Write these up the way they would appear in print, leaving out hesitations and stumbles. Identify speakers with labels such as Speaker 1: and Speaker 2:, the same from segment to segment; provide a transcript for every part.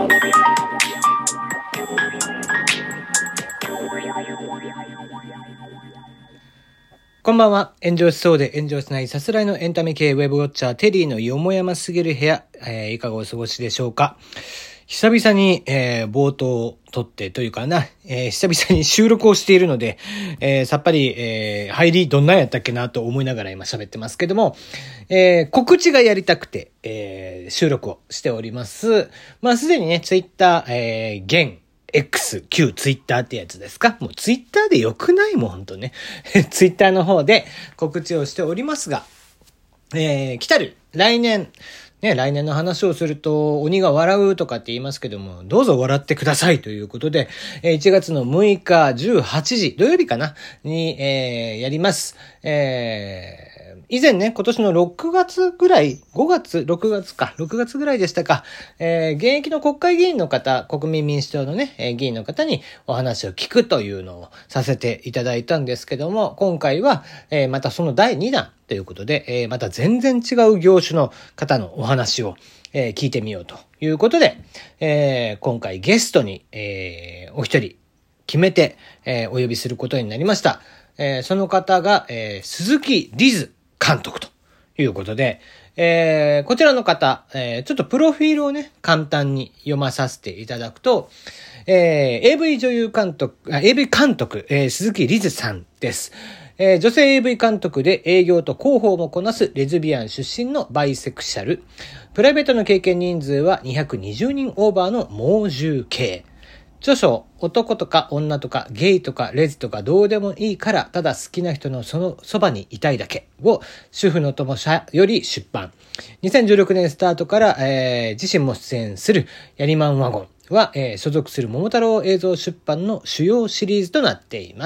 Speaker 1: こんばんは。炎上しそうで炎上しないさすらいのエンタメ系ウェブウォッチャーテリーのよもやますぎる部屋、いかがお過ごしでしょうか。久々に、冒頭を撮ってというかな、久々に収録をしているので、さっぱり、入りどんなんやったっけなと思いながら今喋ってますけども、告知がやりたくて、収録をしております。まあすでにね、ツイッター、現X、旧ツイッターってやつですか？もうツイッターでよくない？もうほんとね。ツイッターの方で告知をしておりますが、来たる来年の話をすると鬼が笑うとかって言いますけども、どうぞ笑ってくださいということで、1月の6日18時、土曜日かなに、やります。以前ね、今年の6月ぐらい、6月ぐらいでしたか、現役の国会議員の方、国民民主党のね、議員の方にお話を聞くというのをさせていただいたんですけども、今回は、またその第2弾ということで、また全然違う業種の方のお話を、聞いてみようということで、今回ゲストに、お一人決めて、お呼びすることになりました。その方が、鈴木リズ監督ということで、こちらの方、ちょっとプロフィールをね、簡単に読まさせていただくと、AV 監督、鈴木リズさんです。女性 AV 監督で営業と広報もこなすレズビアン出身のバイセクシャル。プライベートの経験人数は220人オーバーの猛獣系。著書、男とか女とかゲイとかレズとかどうでもいいからただ好きな人のそのそばにいたいだけを主婦の友社より出版。2016年スタートから、自身も出演するヤリマンワゴンは、所属する桃太郎映像出版の主要シリーズとなっています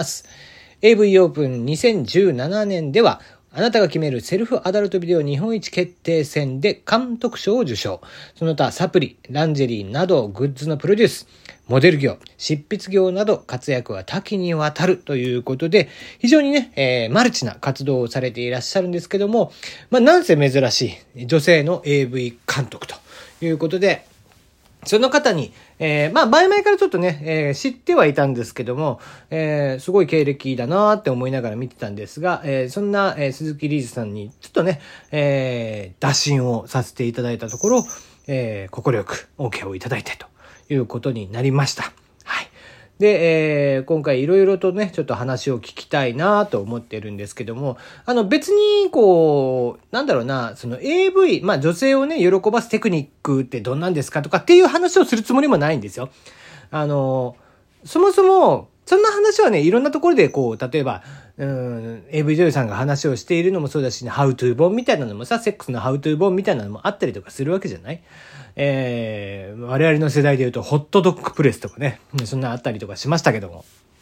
Speaker 1: 。AV オープン2017年ではあなたが決めるセルフアダルトビデオ日本一決定戦で監督賞を受賞。その他サプリ、ランジェリーなどグッズのプロデュース、モデル業、執筆業など活躍は多岐にわたるということで、非常にね、マルチな活動をされていらっしゃるんですけども、なんせ珍しい女性の AV 監督ということで、その方に、前々からちょっとね、知ってはいたんですけども、すごい経歴だなーって思いながら見てたんですが、そんな、鈴木リーズさんにちょっとね、打診をさせていただいたところ、快く OK をいただいてということになりました。はい。で、今回いろいろとね、ちょっと話を聞きたいなと思ってるんですけども、別に、その AV、女性をね、喜ばすテクニックってどんなんですかとかっていう話をするつもりもないんですよ。そもそも、そんな話はね、いろんなところで例えば、AV 女優さんが話をしているのもそうだし、ハウトゥー本みたいなのもさ、セックスのハウトゥー本みたいなのもあったりとかするわけじゃない？我々の世代で言うと、ホットドッグプレスとかね、そんなあったりとかしましたけども。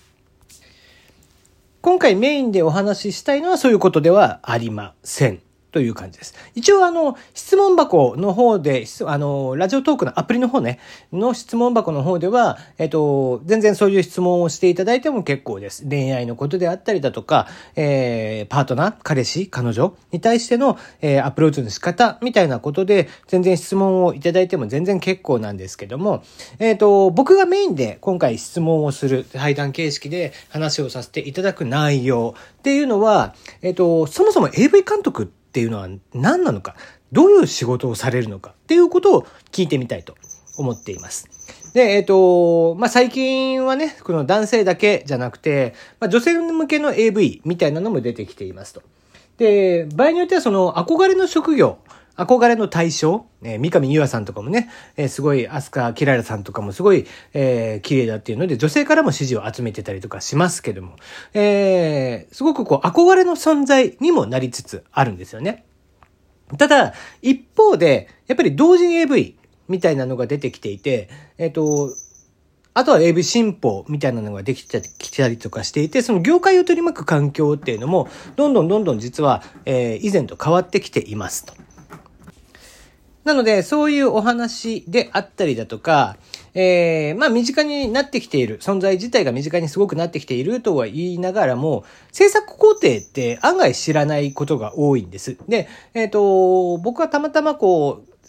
Speaker 1: 今回メインでお話ししたいのはそういうことではありません。という感じです。一応質問箱の方で、ラジオトークのアプリの方ね、の質問箱の方では、全然そういう質問をしていただいても結構です。恋愛のことであったりだとか、パートナー、彼氏、彼女に対しての、アプローチの仕方みたいなことで、全然質問をいただいても全然結構なんですけども、僕がメインで今回質問をする、対談形式で話をさせていただく内容っていうのは、そもそも AV 監督っていうのは何なのか、どういう仕事をされるのかっていうことを聞いてみたいと思っています。で、最近はね、この男性だけじゃなくて、女性向けの AV みたいなのも出てきていますと。で、場合によってはその憧れの職業、憧れの対象、三上優愛さんとかもね、すごい、飛鳥キララさんとかもすごい、綺麗だっていうので、女性からも支持を集めてたりとかしますけども、すごく憧れの存在にもなりつつあるんですよね。ただ、一方で、やっぱり同人 AV みたいなのが出てきていて、あとは AV 新法みたいなのができてきたりとかしていて、その業界を取り巻く環境っていうのも、どんどん実は、以前と変わってきていますと。なので、そういうお話であったりだとか、身近になってきている、存在自体が身近にすごくなってきているとは言いながらも、制作工程って案外知らないことが多いんです。で、僕はたまたま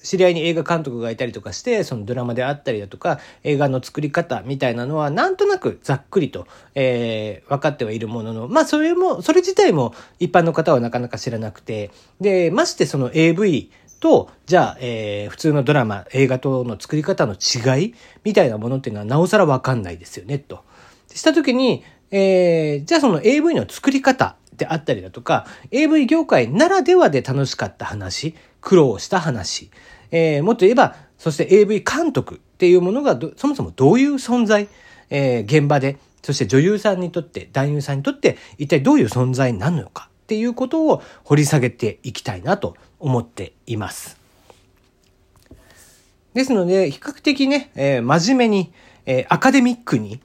Speaker 1: 知り合いに映画監督がいたりとかして、そのドラマであったりだとか、映画の作り方みたいなのは、なんとなくざっくりと、分かってはいるものの、それ自体も一般の方はなかなか知らなくて、で、ましてその AV と、じゃあ、普通のドラマ、映画との作り方の違いみたいなものっていうのはなおさらわかんないですよね、と。したときに、じゃあその AV の作り方であったりだとか、AV 業界ならではで楽しかった話、苦労した話、もっと言えば、そして AV 監督っていうものがそもそもどういう存在、現場で、そして女優さんにとって、男優さんにとって一体どういう存在なのかっていうことを掘り下げていきたいなと思っています。ですので、比較的ね、真面目に、アカデミックに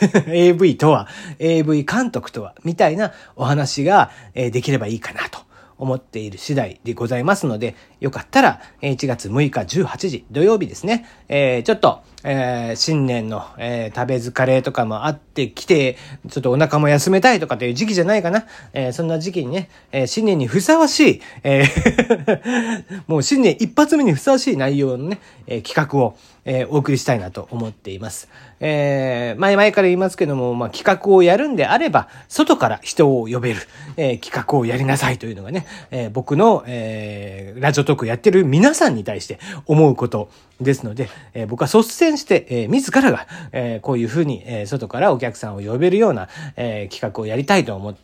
Speaker 1: AV とは、AV 監督とは、みたいなお話が、できればいいかなと思っている次第でございますので、よかったら1月6日18時土曜日ですね、ちょっと、新年の、食べ疲れとかもあってきて、ちょっとお腹も休めたいとかという時期じゃないかな。そんな時期にね、新年にふさわしい、もう新年一発目にふさわしい内容のね、企画を、お送りしたいなと思っています。前々から言いますけども、企画をやるんであれば、外から人を呼べる、企画をやりなさいというのがね、僕の、ラジオトークやってる皆さんに対して思うことですので、僕は率先して、自らが、こういうふうに、外からお客さんを呼べるような、企画をやりたいと思って、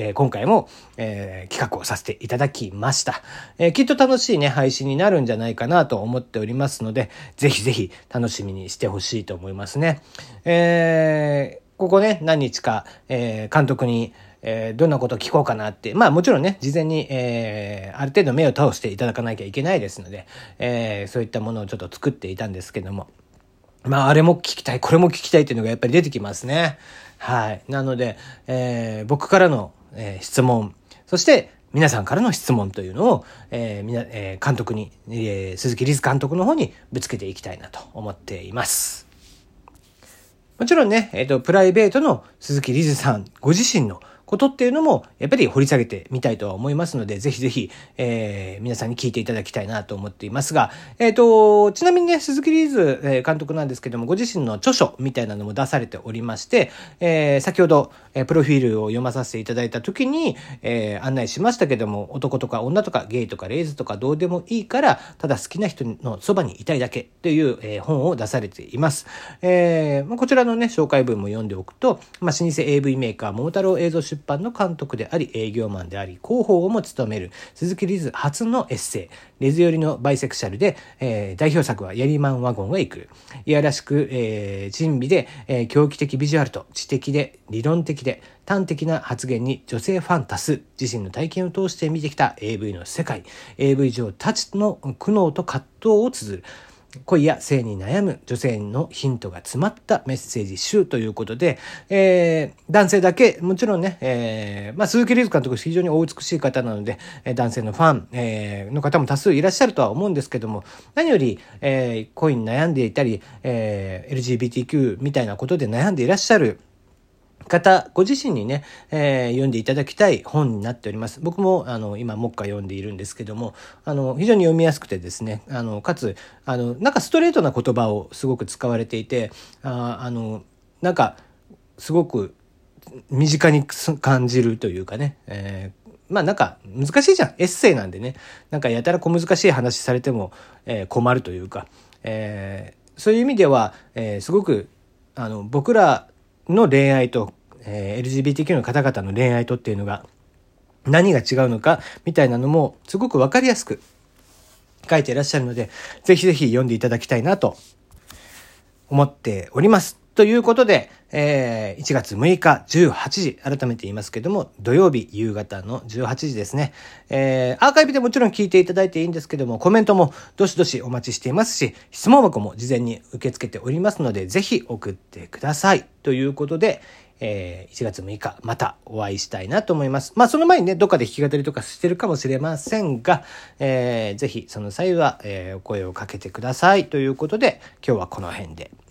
Speaker 1: 今回も、企画をさせていただきました。きっと楽しいね、配信になるんじゃないかなと思っておりますので、ぜひぜひ楽しみにしてほしいと思いますね。ここね、何日か、監督に、どんなことを聞こうかなって。もちろんね、事前に、ある程度目を通していただかなきゃいけないですので、そういったものをちょっと作っていたんですけども。あれも聞きたい、これも聞きたいっていうのがやっぱり出てきますね。はい。なので、僕からの、質問、そして皆さんからの質問というのを、監督に、鈴木律監督の方にぶつけていきたいなと思っています。もちろんね、プライベートの鈴木律さんご自身のことっていうのもやっぱり掘り下げてみたいとは思いますので、ぜひぜひ、皆さんに聞いていただきたいなと思っていますが、ちなみにね、鈴木リーズ監督なんですけども、ご自身の著書みたいなのも出されておりまして、先ほど、プロフィールを読まさせていただいた時に、案内しましたけども、男とか女とかゲイとかレイズとかどうでもいいから、ただ好きな人のそばにいたいだけという、本を出されています。こちらのね、紹介文も読んでおくと、老舗 AV メーカー桃太郎映像出版の監督であり営業マンであり広報をも務める鈴木リズ初のエッセイレズ寄りのバイセクシャルで、代表作はヤリマンワゴンへ行くいやらしく、珍美で、狂気的ビジュアルと知的で理論的で端的な発言に女性ファン多数自身の体験を通して見てきた AV の世界 AV 上たちの苦悩と葛藤を綴る恋や性に悩む女性のヒントが詰まったメッセージ集ということで、男性だけ、もちろんね、鈴木リズ監督非常にお美しい方なので、男性のファン、の方も多数いらっしゃるとは思うんですけども、何より、恋に悩んでいたり、LGBTQ みたいなことで悩んでいらっしゃる方ご自身にね、読んでいただきたい本になっております。僕も今もっか読んでいるんですけども非常に読みやすくてですねかつなんかストレートな言葉をすごく使われていてなんかすごく身近に感じるというかね、なんか難しいじゃんエッセイなんでねなんかやたら小難しい話されても、困るというか、そういう意味では、すごく僕らの恋愛と、LGBTQ の方々の恋愛とっていうのが何が違うのかみたいなのもすごくわかりやすく書いていらっしゃるのでぜひぜひ読んでいただきたいなと思っております。ということで、1月6日18時改めて言いますけども土曜日夕方の18時ですね、アーカイブでもちろん聞いていただいていいんですけどもコメントもどしどしお待ちしていますし質問箱も事前に受け付けておりますのでぜひ送ってくださいということで、1月6日またお会いしたいなと思います。その前にねどっかで弾き語りとかしてるかもしれませんが、ぜひその際は、お声をかけてくださいということで今日はこの辺で。